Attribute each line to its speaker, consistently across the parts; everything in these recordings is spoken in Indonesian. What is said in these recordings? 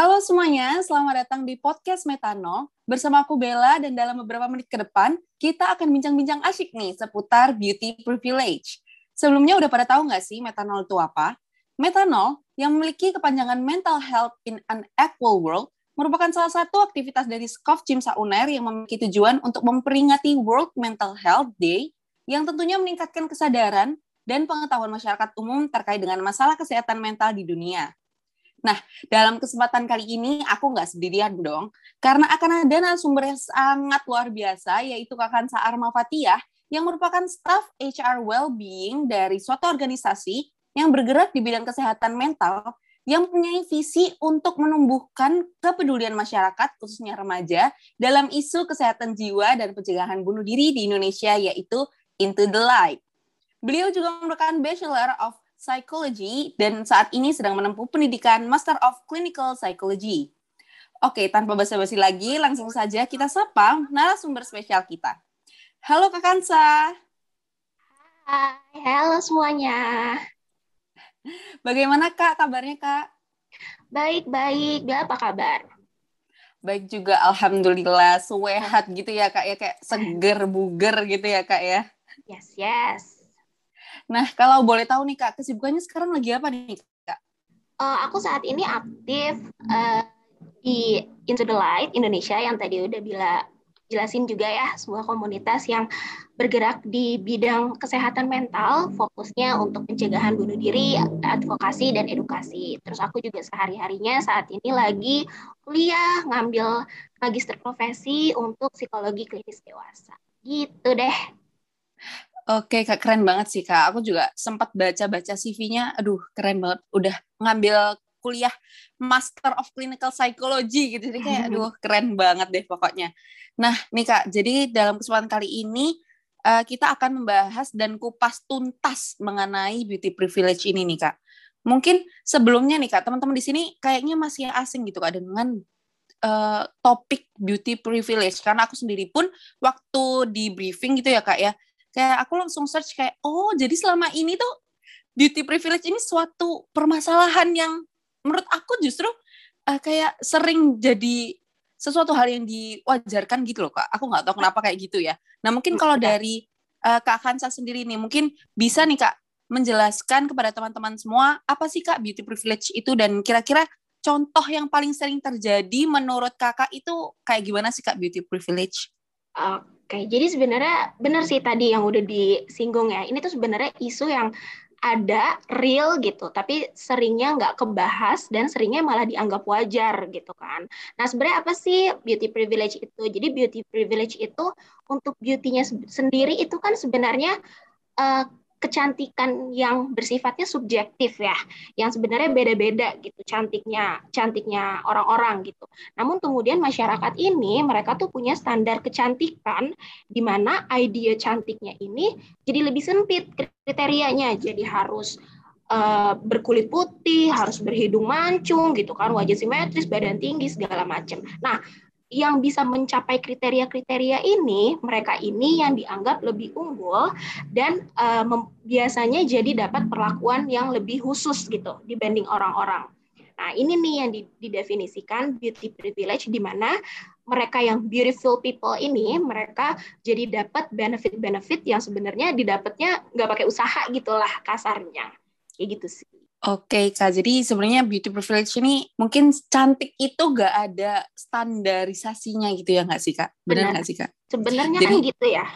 Speaker 1: Halo semuanya, selamat datang di podcast Metano. Bersama aku Bella dan dalam beberapa menit ke depan, kita akan bincang-bincang asyik nih seputar beauty privilege. Sebelumnya udah pada tahu nggak sih metanol itu apa? Metanol yang memiliki kepanjangan Mental Health in an Equal World merupakan salah satu aktivitas dari Skov Cimsa Unair yang memiliki tujuan untuk memperingati World Mental Health Day yang tentunya meningkatkan kesadaran dan pengetahuan masyarakat umum terkait dengan masalah kesehatan mental di dunia. Nah, dalam kesempatan kali ini aku nggak sendirian dong, karena akan ada narasumber yang sangat luar biasa, yaitu Kak Kansa Arma Fathiah, yang merupakan staf HR Wellbeing dari suatu organisasi yang bergerak di bidang kesehatan mental, yang mempunyai visi untuk menumbuhkan kepedulian masyarakat, khususnya remaja, dalam isu kesehatan jiwa dan pencegahan bunuh diri di Indonesia, yaitu Into the Light. Beliau juga merupakan Bachelor of Psychology dan saat ini sedang menempuh pendidikan Master of Clinical Psychology. Oke, tanpa basa-basi lagi, langsung saja kita sapa narasumber spesial kita. Halo Kak Kansa.
Speaker 2: Hai, halo semuanya.
Speaker 1: Bagaimana Kak kabarnya Kak?
Speaker 2: Baik-baik, Bella apa kabar?
Speaker 1: Baik juga, Alhamdulillah. Sehat gitu ya Kak ya, kayak seger, buger gitu ya Kak ya.
Speaker 2: Yes.
Speaker 1: Nah, kalau boleh tahu nih Kak, kesibukannya sekarang lagi apa nih Kak?
Speaker 2: Aku saat ini aktif di Into the Light Indonesia yang tadi udah jelasin juga ya, sebuah komunitas yang bergerak di bidang kesehatan mental, fokusnya untuk pencegahan bunuh diri, advokasi, dan edukasi. Terus aku juga sehari-harinya saat ini lagi kuliah, ngambil magister profesi untuk psikologi klinis dewasa. Gitu deh.
Speaker 1: Oke, Kak, keren banget sih, Kak. Aku juga sempat baca-baca CV-nya. Aduh, keren banget. Udah ngambil kuliah Master of Clinical Psychology gitu. Jadi kayak, aduh, keren banget deh pokoknya. Nah, nih, Kak. Jadi dalam kesempatan kali ini, kita akan membahas dan kupas tuntas mengenai beauty privilege ini nih, Kak. Mungkin sebelumnya nih, Kak, teman-teman di sini kayaknya masih asing gitu, Kak, dengan topik beauty privilege. Karena aku sendiri pun waktu di briefing gitu ya, Kak, ya, kayak aku langsung search kayak, oh jadi selama ini tuh beauty privilege ini suatu permasalahan yang menurut aku justru kayak sering jadi sesuatu hal yang diwajarkan gitu loh Kak. Aku nggak tahu kenapa kayak gitu ya. Nah mungkin kalau dari Kak Kansa sendiri nih, mungkin bisa nih Kak menjelaskan kepada teman-teman semua apa sih Kak beauty privilege itu dan kira-kira contoh yang paling sering terjadi menurut Kakak itu kayak gimana sih Kak beauty privilege?
Speaker 2: Oke, jadi sebenarnya benar sih tadi yang udah disinggung ya. Ini tuh sebenarnya isu yang ada real gitu, tapi seringnya nggak kebahas dan seringnya malah dianggap wajar gitu kan. Nah sebenarnya apa sih beauty privilege itu? Jadi beauty privilege itu untuk beauty-nya sendiri itu kan sebenarnya uh, kecantikan yang bersifatnya subjektif ya, yang sebenarnya beda-beda gitu cantiknya orang-orang gitu. Namun kemudian masyarakat ini mereka tuh punya standar kecantikan di mana idea cantiknya ini jadi lebih sempit kriterianya, jadi harus berkulit putih, harus berhidung mancung gitu kan, wajah simetris, badan tinggi segala macam. Nah, yang bisa mencapai kriteria-kriteria ini, mereka ini yang dianggap lebih unggul dan biasanya jadi dapat perlakuan yang lebih khusus gitu dibanding orang-orang. Nah, ini nih yang didefinisikan beauty privilege, di mana mereka yang beautiful people ini, mereka jadi dapat benefit-benefit yang sebenarnya didapatnya nggak pakai usaha gitulah kasarnya. Kayak gitu sih.
Speaker 1: Oke, Kak. Jadi sebenarnya beauty privilege ini mungkin cantik itu nggak ada standarisasinya gitu ya nggak sih, Kak? Benar
Speaker 2: Benar.
Speaker 1: nggak sih, Kak?
Speaker 2: Sebenarnya
Speaker 1: Jadi,
Speaker 2: kan gitu ya.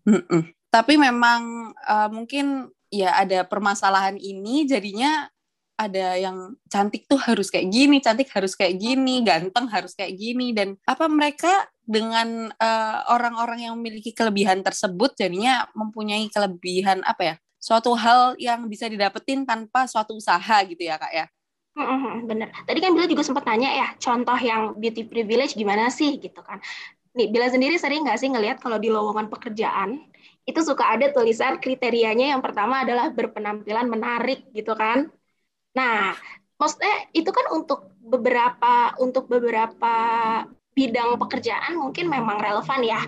Speaker 1: Tapi memang mungkin ya ada permasalahan ini jadinya ada yang cantik tuh harus kayak gini, cantik harus kayak gini, ganteng harus kayak gini. Dan apa mereka dengan orang-orang yang memiliki kelebihan tersebut jadinya mempunyai kelebihan apa ya? Suatu hal yang bisa didapetin tanpa suatu usaha gitu ya Kak ya.
Speaker 2: Bener. Tadi kan Bila juga sempat tanya ya, contoh yang beauty privilege gimana sih gitu kan. Nih, Bila sendiri sering nggak sih ngelihat kalau di lowongan pekerjaan, itu suka ada tulisan kriterianya yang pertama adalah berpenampilan menarik gitu kan. Nah, maksudnya itu kan untuk beberapa bidang pekerjaan mungkin memang relevan ya.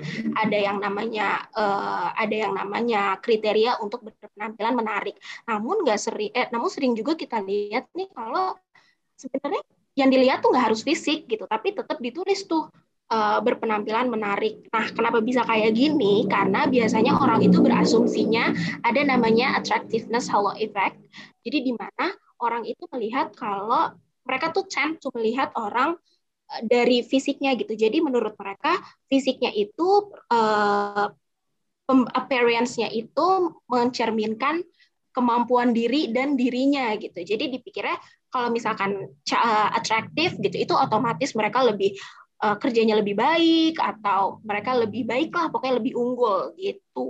Speaker 2: Ada yang namanya kriteria untuk berpenampilan menarik. Namun nggak sering, namun sering juga kita lihat nih kalau sebenarnya yang dilihat tuh nggak harus fisik gitu, tapi tetap ditulis tuh berpenampilan menarik. Nah, kenapa bisa kayak gini? Karena biasanya orang itu berasumsinya ada namanya attractiveness halo effect. Jadi di mana orang itu melihat kalau mereka tuh tend to melihat orang dari fisiknya gitu. Jadi menurut mereka fisiknya itu appearance-nya itu mencerminkan kemampuan diri dan dirinya gitu. Jadi dipikirnya kalau misalkan atraktif gitu, itu otomatis mereka lebih kerjanya lebih baik atau mereka lebih baik lah, pokoknya lebih unggul gitu.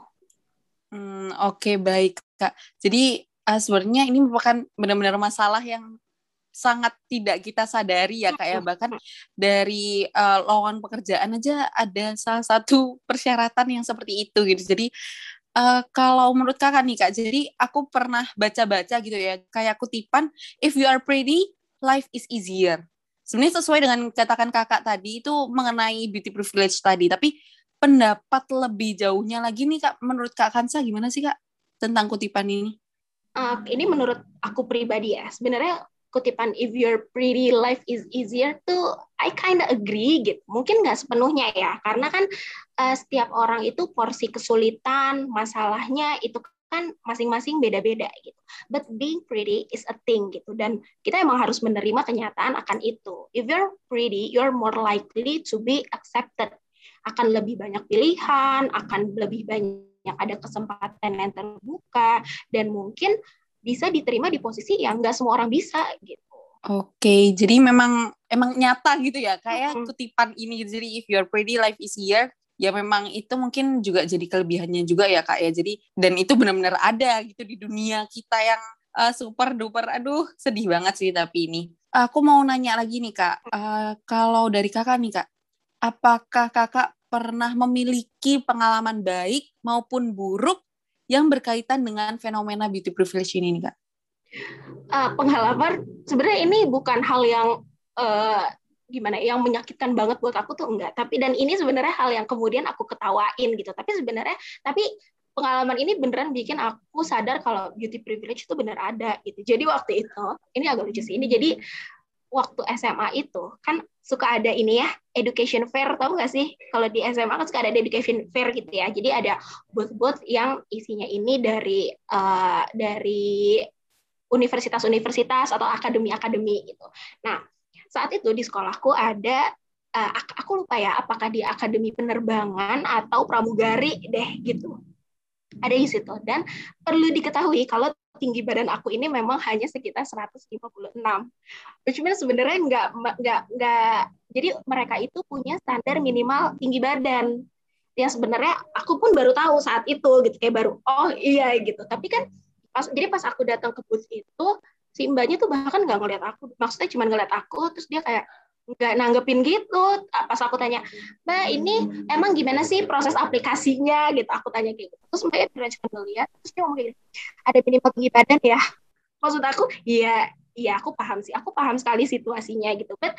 Speaker 1: Oke, baik Kak. Jadi sebenarnya ini merupakan benar-benar masalah yang sangat tidak kita sadari ya Kak ya. Bahkan dari lowongan pekerjaan aja ada salah satu persyaratan yang seperti itu gitu. Jadi kalau menurut Kakak nih Kak, jadi aku pernah baca-baca gitu ya, kayak kutipan, if you are pretty, life is easier. Sebenarnya sesuai dengan katakan Kakak tadi itu mengenai beauty privilege tadi, tapi pendapat lebih jauhnya lagi nih Kak, menurut Kak Kansa gimana sih Kak tentang kutipan ini?
Speaker 2: Ini menurut aku pribadi ya, sebenarnya kutipan if you're pretty life is easier tuh I kinda agree gitu. Mungkin nggak sepenuhnya ya, karena kan setiap orang itu porsi kesulitan, masalahnya itu kan masing-masing beda-beda gitu. But being pretty is a thing gitu, dan kita emang harus menerima kenyataan akan itu. If you're pretty, you're more likely to be accepted. Akan lebih banyak pilihan, akan lebih banyak ada kesempatan yang terbuka, dan mungkin bisa diterima di posisi yang nggak semua orang bisa gitu.
Speaker 1: Oke, jadi memang nyata gitu ya, kayak kutipan ini. Jadi if you're pretty, life is here. Ya memang itu mungkin juga jadi kelebihannya juga ya Kak ya. Jadi dan itu benar-benar ada gitu di dunia kita yang super duper. Aduh, sedih banget sih tapi ini. Aku mau nanya lagi nih Kak. Kalau dari Kakak nih Kak, apakah Kakak pernah memiliki pengalaman baik maupun buruk yang berkaitan dengan fenomena beauty privilege ini nih Kak?
Speaker 2: Pengalaman sebenarnya ini bukan hal yang gimana yang menyakitkan banget buat aku tuh enggak, tapi dan ini sebenarnya hal yang kemudian aku ketawain gitu, tapi pengalaman ini beneran bikin aku sadar kalau beauty privilege itu bener ada gitu. Jadi waktu itu ini agak lucu sih, ini jadi waktu SMA itu kan suka ada ini ya, education fair, tahu nggak sih? Kalau di SMA kan suka ada education fair gitu ya. Jadi ada booth-booth yang isinya ini dari universitas-universitas atau akademi-akademi gitu. Nah, saat itu di sekolahku ada aku lupa ya apakah di akademi penerbangan atau pramugari deh gitu. Ada di situ, dan perlu diketahui kalau tinggi badan aku ini memang hanya sekitar 156. Cuman sebenarnya nggak jadi mereka itu punya standar minimal tinggi badan yang sebenarnya aku pun baru tahu saat itu gitu, kayak baru oh iya gitu. Tapi kan pas aku datang ke booth itu, si mbaknya tuh bahkan nggak ngeliat aku, maksudnya cuma ngeliat aku, terus dia kayak nggak nanggepin gitu. Pas aku tanya, Mbak ini emang gimana sih proses aplikasinya gitu, aku tanya kayak gitu. Terus mbaknya cuma ngeliat, terus dia ngomong kayak gitu, ada minimal tinggi badan ya. Maksud aku iya, iya aku paham sih, aku paham sekali situasinya gitu, but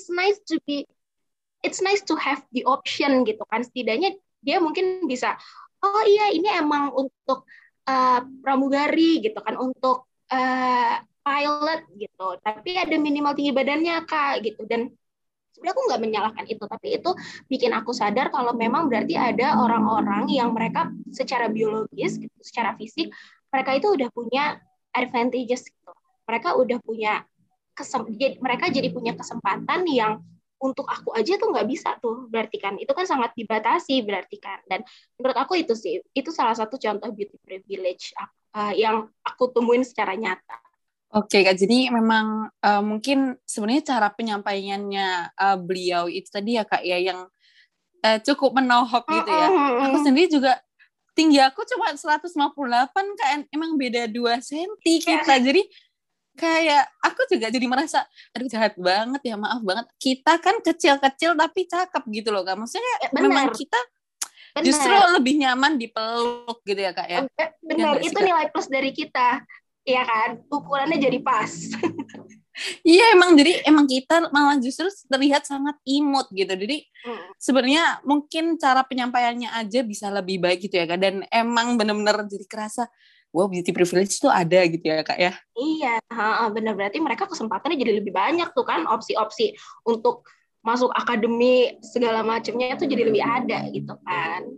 Speaker 2: it's nice to have the option gitu kan. Setidaknya dia mungkin bisa, oh iya ini emang untuk pramugari gitu kan, untuk pilot gitu, tapi ada minimal tinggi badannya Kak gitu. Dan sebenarnya aku nggak menyalahkan itu, tapi itu bikin aku sadar kalau memang berarti ada orang-orang yang mereka secara biologis gitu, secara fisik mereka itu udah punya advantages gitu. Mereka udah punya mereka jadi punya kesempatan yang untuk aku aja tuh nggak bisa tuh, berarti kan itu kan sangat dibatasi berarti kan. Dan menurut aku itu sih, itu salah satu contoh beauty privilege yang aku temuin secara nyata.
Speaker 1: Oke Kak, jadi memang mungkin sebenarnya cara penyampaiannya beliau itu tadi ya Kak ya yang cukup menohok gitu ya. Aku sendiri juga tinggi aku cuma 158 Kak, emang beda 2 senti kita. Jadi kayak aku juga jadi merasa aduh jahat banget ya, maaf banget. Kita kan kecil-kecil tapi cakep gitu loh Kak. Maksudnya memang kita justru lebih nyaman dipeluk gitu ya Kak ya.
Speaker 2: Benar, itu nilai plus dari kita. Iya kan, ukurannya jadi pas.
Speaker 1: Iya emang kita malah justru terlihat sangat imut gitu. Jadi sebenarnya mungkin cara penyampaiannya aja bisa lebih baik gitu ya Kak. Dan emang benar-benar jadi kerasa wow, beauty privilege itu ada gitu ya Kak ya.
Speaker 2: Iya, benar, berarti mereka kesempatannya jadi lebih banyak tuh kan, opsi-opsi untuk masuk akademi segala macamnya itu jadi lebih ada gitu kan.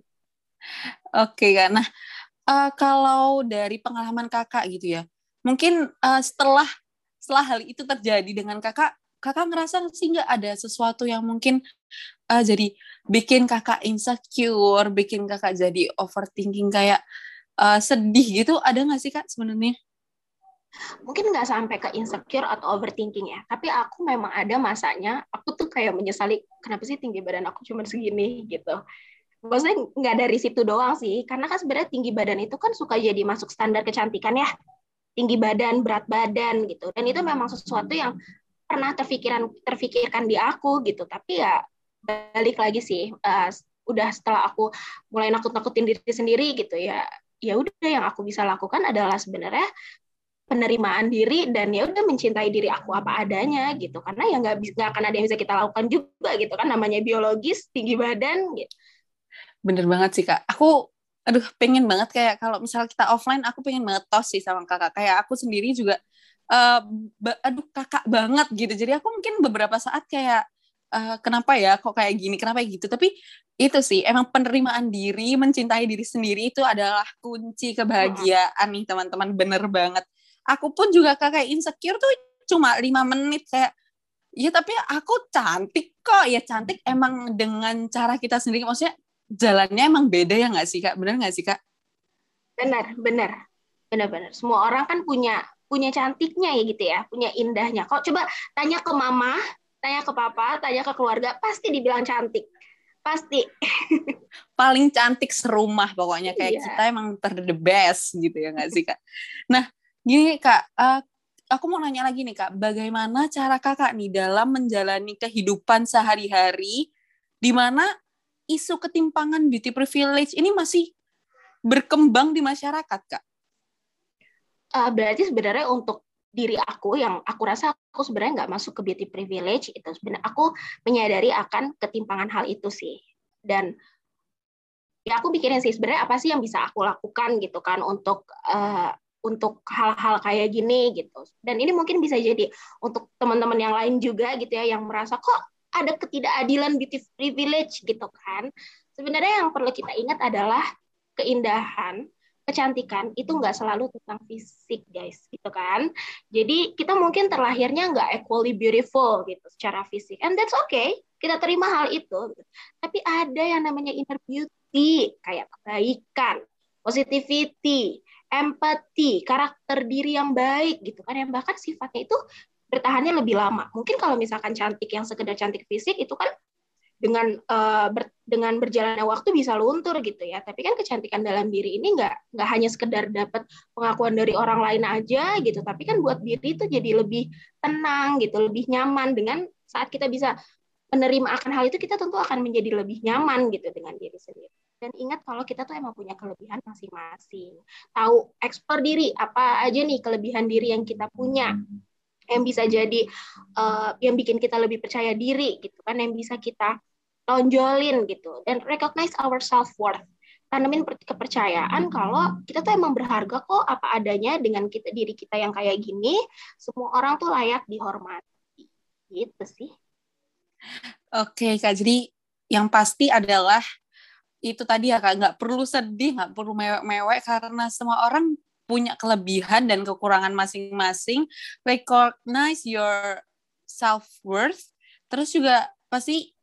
Speaker 1: Oke Kak, nah kalau dari pengalaman Kakak gitu ya, mungkin setelah hal itu terjadi dengan Kakak, Kakak ngerasa sih nggak ada sesuatu yang mungkin jadi bikin Kakak insecure, bikin Kakak jadi overthinking kayak sedih gitu, ada nggak sih Kak sebenarnya?
Speaker 2: Mungkin nggak sampai ke insecure atau overthinking ya, tapi aku memang ada masanya aku tuh kayak menyesali kenapa sih tinggi badan aku cuma segini gitu. Maksudnya nggak dari situ doang sih, karena kan sebenarnya tinggi badan itu kan suka jadi masuk standar kecantikan ya, tinggi badan, berat badan gitu, dan itu memang sesuatu yang pernah terfikirkan di aku gitu, tapi ya balik lagi sih, udah setelah aku mulai nakut-nakutin diri sendiri gitu ya, ya udah yang aku bisa lakukan adalah sebenarnya penerimaan diri dan ya udah mencintai diri aku apa adanya gitu, karena ya nggak akan ada yang bisa kita lakukan juga gitu kan, namanya biologis tinggi badan gitu.
Speaker 1: Bener banget sih Kak. Aduh, pengen banget kayak kalau misal kita offline, aku pengen banget tos sih sama Kakak. Kayak aku sendiri juga, uh, aduh Kakak banget gitu. Jadi aku mungkin beberapa saat kayak, kenapa ya kok kayak gini, kenapa ya gitu. Tapi itu sih, emang penerimaan diri, mencintai diri sendiri itu adalah kunci kebahagiaan nih teman-teman. Bener banget. Aku pun juga kayak insecure tuh cuma 5 menit kayak, ya tapi aku cantik kok. Ya cantik emang dengan cara kita sendiri. Maksudnya jalannya emang beda ya nggak sih Kak? Bener nggak sih Kak?
Speaker 2: Benar benar benar benar, semua orang kan punya punya cantiknya ya gitu ya, punya indahnya. Kok coba tanya ke mama, tanya ke papa, tanya ke keluarga, pasti dibilang cantik, pasti.
Speaker 1: Paling cantik serumah pokoknya. Kayak
Speaker 2: Iya.
Speaker 1: kita emang the best gitu ya nggak sih Kak? Nah, gini Kak, aku mau nanya lagi nih Kak, bagaimana cara Kakak nih dalam menjalani kehidupan sehari-hari di mana isu ketimpangan beauty privilege ini masih berkembang di masyarakat Kak?
Speaker 2: Berarti sebenarnya untuk diri aku yang aku rasa aku sebenarnya nggak masuk ke beauty privilege itu, sebenarnya aku menyadari akan ketimpangan hal itu sih, dan ya aku pikirin sih sebenarnya apa sih yang bisa aku lakukan gitu kan untuk hal-hal kayak gini gitu. Dan ini mungkin bisa jadi untuk teman-teman yang lain juga gitu ya, yang merasa kok ada ketidakadilan beauty privilege gitu kan. Sebenarnya yang perlu kita ingat adalah keindahan, kecantikan itu nggak selalu tentang fisik guys gitu kan. Jadi kita mungkin terlahirnya nggak equally beautiful gitu secara fisik, and that's okay, kita terima hal itu. Tapi ada yang namanya inner beauty, kayak kebaikan, positivity, empati, karakter diri yang baik gitu kan, yang bahkan sifatnya itu bertahannya lebih lama. Mungkin kalau misalkan cantik yang sekedar cantik fisik itu kan dengan berjalannya waktu bisa luntur gitu ya. Tapi kan kecantikan dalam diri ini nggak hanya sekedar dapat pengakuan dari orang lain aja gitu, tapi kan buat diri itu jadi lebih tenang gitu, lebih nyaman. Dengan saat kita bisa menerima akan hal itu, kita tentu akan menjadi lebih nyaman gitu dengan diri sendiri. Dan ingat kalau kita tuh emang punya kelebihan masing-masing. Tahu eksplor diri, apa aja nih kelebihan diri yang kita punya, yang bisa jadi yang bikin kita lebih percaya diri gitu kan, yang bisa kita tonjolin gitu, dan recognize our self worth, tanemin kepercayaan kalau kita tuh emang berharga kok apa adanya, dengan diri kita yang kayak gini, semua orang tuh layak dihormati gitu sih.
Speaker 1: Oke Kak, jadi yang pasti adalah itu tadi ya Kak, nggak perlu sedih, nggak perlu mewek-mewek karena semua orang punya kelebihan dan kekurangan masing-masing. Recognize your self-worth. Terus juga pasti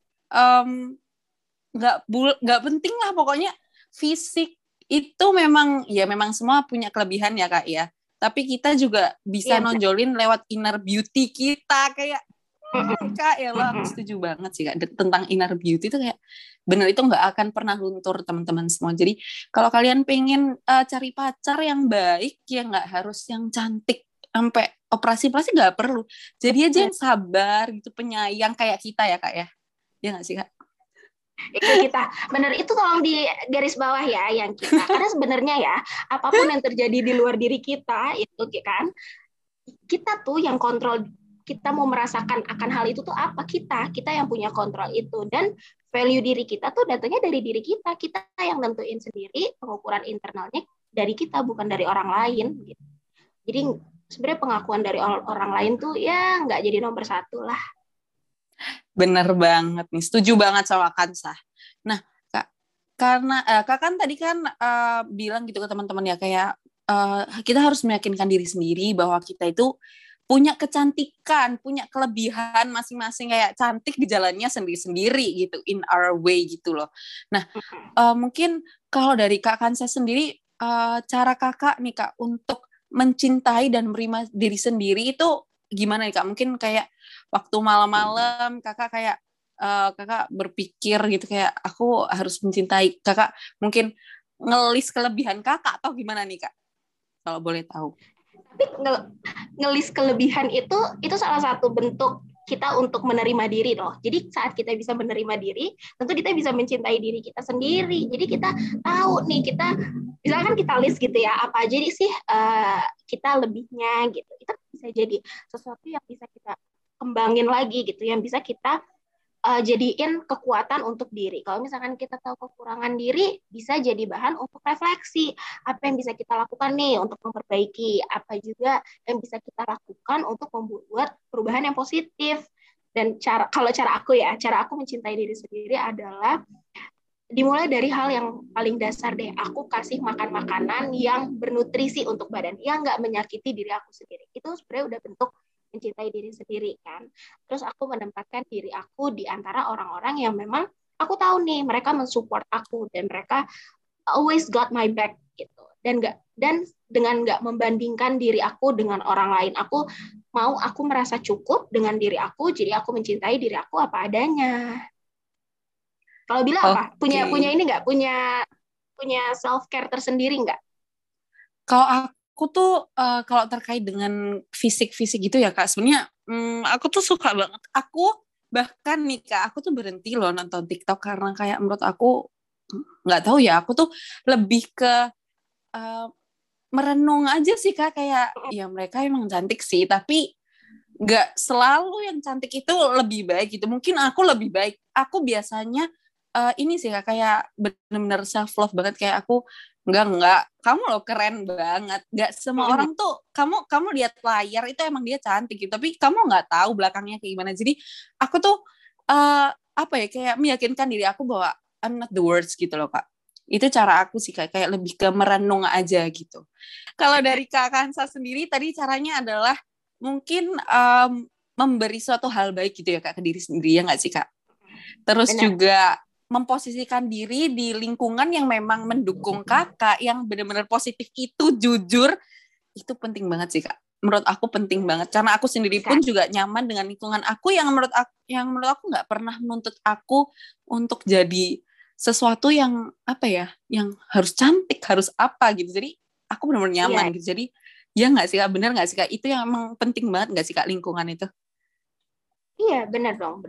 Speaker 1: nggak penting lah pokoknya fisik itu memang semua punya kelebihan ya Kak ya. Tapi kita juga bisa
Speaker 2: Iya,
Speaker 1: nonjolin lewat inner beauty kita kayak Kak, ya lo aku setuju banget sih Kak tentang inner beauty itu kayak bener itu nggak akan pernah luntur teman-teman semua. Jadi kalau kalian pengen cari pacar yang baik ya nggak harus yang cantik sampai operasi nggak perlu. Jadi aja yang sabar gitu, penyayang kayak kita ya Kak ya. Ya nggak sih Kak?
Speaker 2: kayak kita bener itu, tolong di garis bawah ya yang kita, karena sebenarnya ya apapun yang terjadi di luar diri kita itu kan, kita tuh yang kontrol. Kita mau merasakan akan hal itu tuh apa, kita yang punya kontrol itu. Dan value diri kita tuh datangnya dari diri kita yang nentuin sendiri pengukuran internalnya dari kita, bukan dari orang lain gitu. Jadi sebenarnya pengakuan dari orang lain tuh ya nggak jadi nomor satu lah.
Speaker 1: Bener banget nih, setuju banget sama Kansa. Nah, Kak, karena Kak kan tadi kan bilang gitu ke teman-teman ya, kayak kita harus meyakinkan diri sendiri bahwa kita itu punya kecantikan, punya kelebihan masing-masing, kayak cantik di jalannya sendiri-sendiri gitu, in our way gitu loh. Nah, mungkin kalau dari Kak Kansa sendiri, cara Kakak nih Kak untuk mencintai dan menerima diri sendiri itu gimana nih Kak? Mungkin kayak waktu malam-malam kakak berpikir gitu, kayak aku harus mencintai, kakak mungkin ngelis kelebihan kakak atau gimana nih Kak, kalau boleh tahu?
Speaker 2: Tapi ngelis kelebihan itu salah satu bentuk kita untuk menerima diri loh. Jadi saat kita bisa menerima diri, tentu kita bisa mencintai diri kita sendiri. Jadi kita tahu nih, kita misalkan kita list gitu ya, apa aja sih kita lebihnya gitu. Itu bisa jadi sesuatu yang bisa kita kembangin lagi gitu, yang bisa kita jadiin kekuatan untuk diri. Kalau misalkan kita tahu kekurangan diri, bisa jadi bahan untuk refleksi. Apa yang bisa kita lakukan nih untuk memperbaiki? Apa juga yang bisa kita lakukan untuk membuat perubahan yang positif? Dan kalau cara aku mencintai diri sendiri adalah dimulai dari hal yang paling dasar deh. Aku kasih makan makanan yang bernutrisi untuk badan, yang nggak menyakiti diri aku sendiri. Itu sebenarnya udah bentuk mencintai diri sendiri kan. Terus aku menempatkan diri aku di antara orang-orang yang memang aku tahu nih mereka mensupport aku dan mereka always got my back gitu. Dan dengan nggak membandingkan diri aku dengan orang lain, aku merasa cukup dengan diri aku, jadi aku mencintai diri aku apa adanya. Kalau Bila apa? Punya ini nggak? Punya self care tersendiri nggak?
Speaker 1: Kalau aku tuh kalau terkait dengan fisik gitu ya Kak, sebenarnya aku tuh suka banget. Aku bahkan nih Kak, aku tuh berhenti loh nonton TikTok karena kayak menurut aku nggak tahu ya, aku tuh lebih ke uh, merenung aja sih Kak, kayak ya mereka emang cantik sih, tapi nggak selalu yang cantik itu lebih baik gitu. Mungkin aku lebih baik. Aku biasanya ini sih Kak, kayak benar-benar self love banget, kayak aku enggak, kamu loh keren banget. Nggak semua orang tuh kamu lihat layar itu emang dia cantik gitu, tapi kamu nggak tahu belakangnya kayak gimana. Jadi aku tuh apa ya, kayak meyakinkan diri aku bahwa I'm not the worst gitu loh Kak. Itu cara aku sih Kak, kayak lebih ke merenung aja gitu. Kalau dari Kak Kansa sendiri tadi caranya adalah mungkin memberi suatu hal baik gitu ya Kak ke diri sendiri, ya nggak sih Kak? Terus
Speaker 2: Benar.
Speaker 1: juga memposisikan diri di lingkungan yang memang mendukung kakak, yang benar-benar positif, itu jujur, itu penting banget sih Kak. Menurut aku penting banget, karena aku sendiri pun juga nyaman dengan lingkungan aku yang menurut aku nggak pernah menuntut aku untuk jadi sesuatu yang apa ya, yang harus cantik, harus apa gitu. Jadi aku benar-benar nyaman gitu. Jadi ya nggak sih Kak, benar nggak sih Kak? Itu yang emang penting banget nggak sih Kak, lingkungan itu?
Speaker 2: Iya, benar dong.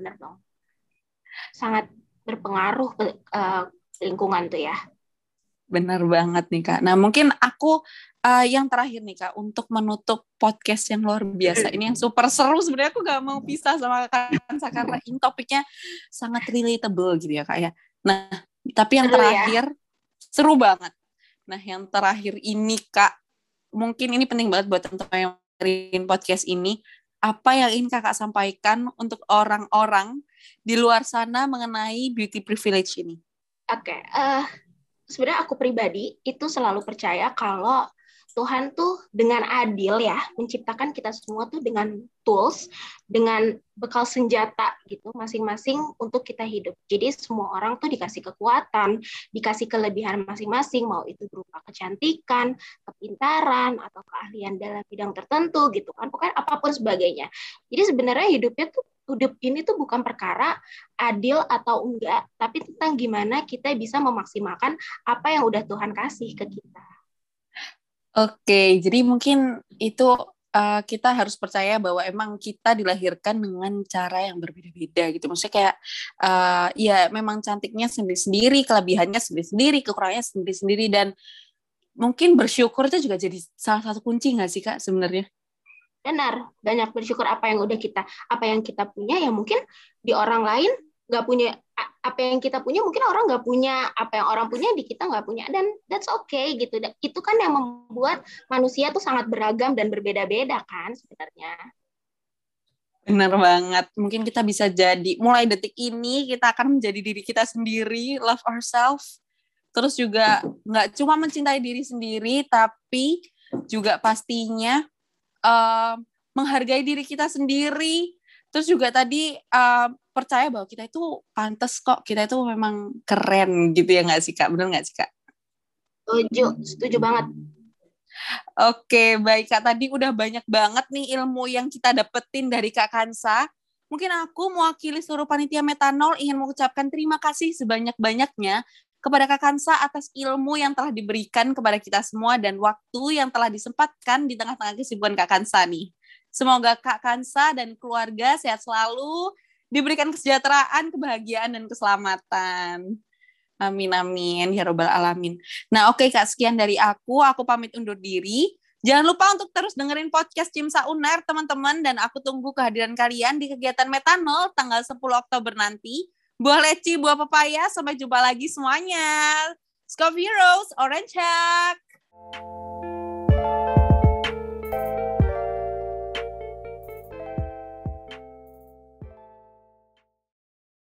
Speaker 2: Sangat berpengaruh lingkungan tuh ya.
Speaker 1: Benar banget nih Kak. Nah mungkin aku yang terakhir nih Kak, untuk menutup podcast yang luar biasa ini, yang super seru, sebenarnya aku gak mau pisah sama Kak Kansa karena ini topiknya sangat relatable gitu ya Kak ya. Nah tapi yang terakhir seru banget. Nah yang terakhir ini Kak, mungkin ini penting banget buat teman-teman yang dengerin podcast ini. Apa yang ingin Kakak sampaikan untuk orang-orang di luar sana mengenai beauty privilege ini?
Speaker 2: Oke, sebenarnya aku pribadi itu selalu percaya kalau Tuhan tuh dengan adil ya menciptakan kita semua tuh dengan tools, dengan bekal senjata gitu masing-masing untuk kita hidup. Jadi semua orang tuh dikasih kekuatan, dikasih kelebihan masing-masing, mau itu berupa kecantikan, kepintaran, atau keahlian dalam bidang tertentu gitu kan, pokoknya apapun sebagainya. Jadi sebenarnya hidup ini tuh bukan perkara adil atau enggak, tapi tentang gimana kita bisa memaksimalkan apa yang udah Tuhan kasih ke kita.
Speaker 1: Oke, jadi mungkin itu kita harus percaya bahwa emang kita dilahirkan dengan cara yang berbeda-beda gitu. Maksudnya kayak ya memang cantiknya sendiri-sendiri, kelebihannya sendiri-sendiri, kekurangannya sendiri-sendiri, dan mungkin bersyukur itu juga jadi salah satu kunci nggak sih Kak sebenarnya?
Speaker 2: Benar, banyak bersyukur apa yang kita punya, ya mungkin di orang lain nggak punya apa yang kita punya mungkin orang nggak punya, apa yang orang punya di kita nggak punya, dan that's okay gitu. Itu kan yang membuat manusia tuh sangat beragam dan berbeda-beda kan sebenarnya.
Speaker 1: Benar banget. Mungkin kita bisa jadi, mulai detik ini kita akan menjadi diri kita sendiri, love ourselves. Terus juga nggak cuma mencintai diri sendiri, tapi juga pastinya menghargai diri kita sendiri. Terus juga tadi percaya bahwa kita itu pantas kok, kita itu memang keren gitu ya nggak sih Kak? Benar nggak sih Kak?
Speaker 2: Setuju banget.
Speaker 1: Oke, baik Kak. Tadi udah banyak banget nih ilmu yang kita dapetin dari Kak Kansa. Mungkin aku mewakili seluruh panitia Metanol ingin mengucapkan terima kasih sebanyak-banyaknya kepada Kak Kansa atas ilmu yang telah diberikan kepada kita semua dan waktu yang telah disempatkan di tengah-tengah kesibukan Kak Kansa nih. Semoga Kak Kansa dan keluarga sehat selalu, diberikan kesejahteraan, kebahagiaan, dan keselamatan. Amin, amin, ya robbal alamin. Nah, oke Kak, sekian dari aku pamit undur diri. Jangan lupa untuk terus dengerin podcast Cimsa Uner, teman-teman, dan aku tunggu kehadiran kalian di kegiatan Metanol tanggal 10 Oktober nanti. Buah leci, buah pepaya, sampai jumpa lagi semuanya. Scov Heroes, Orange Hack!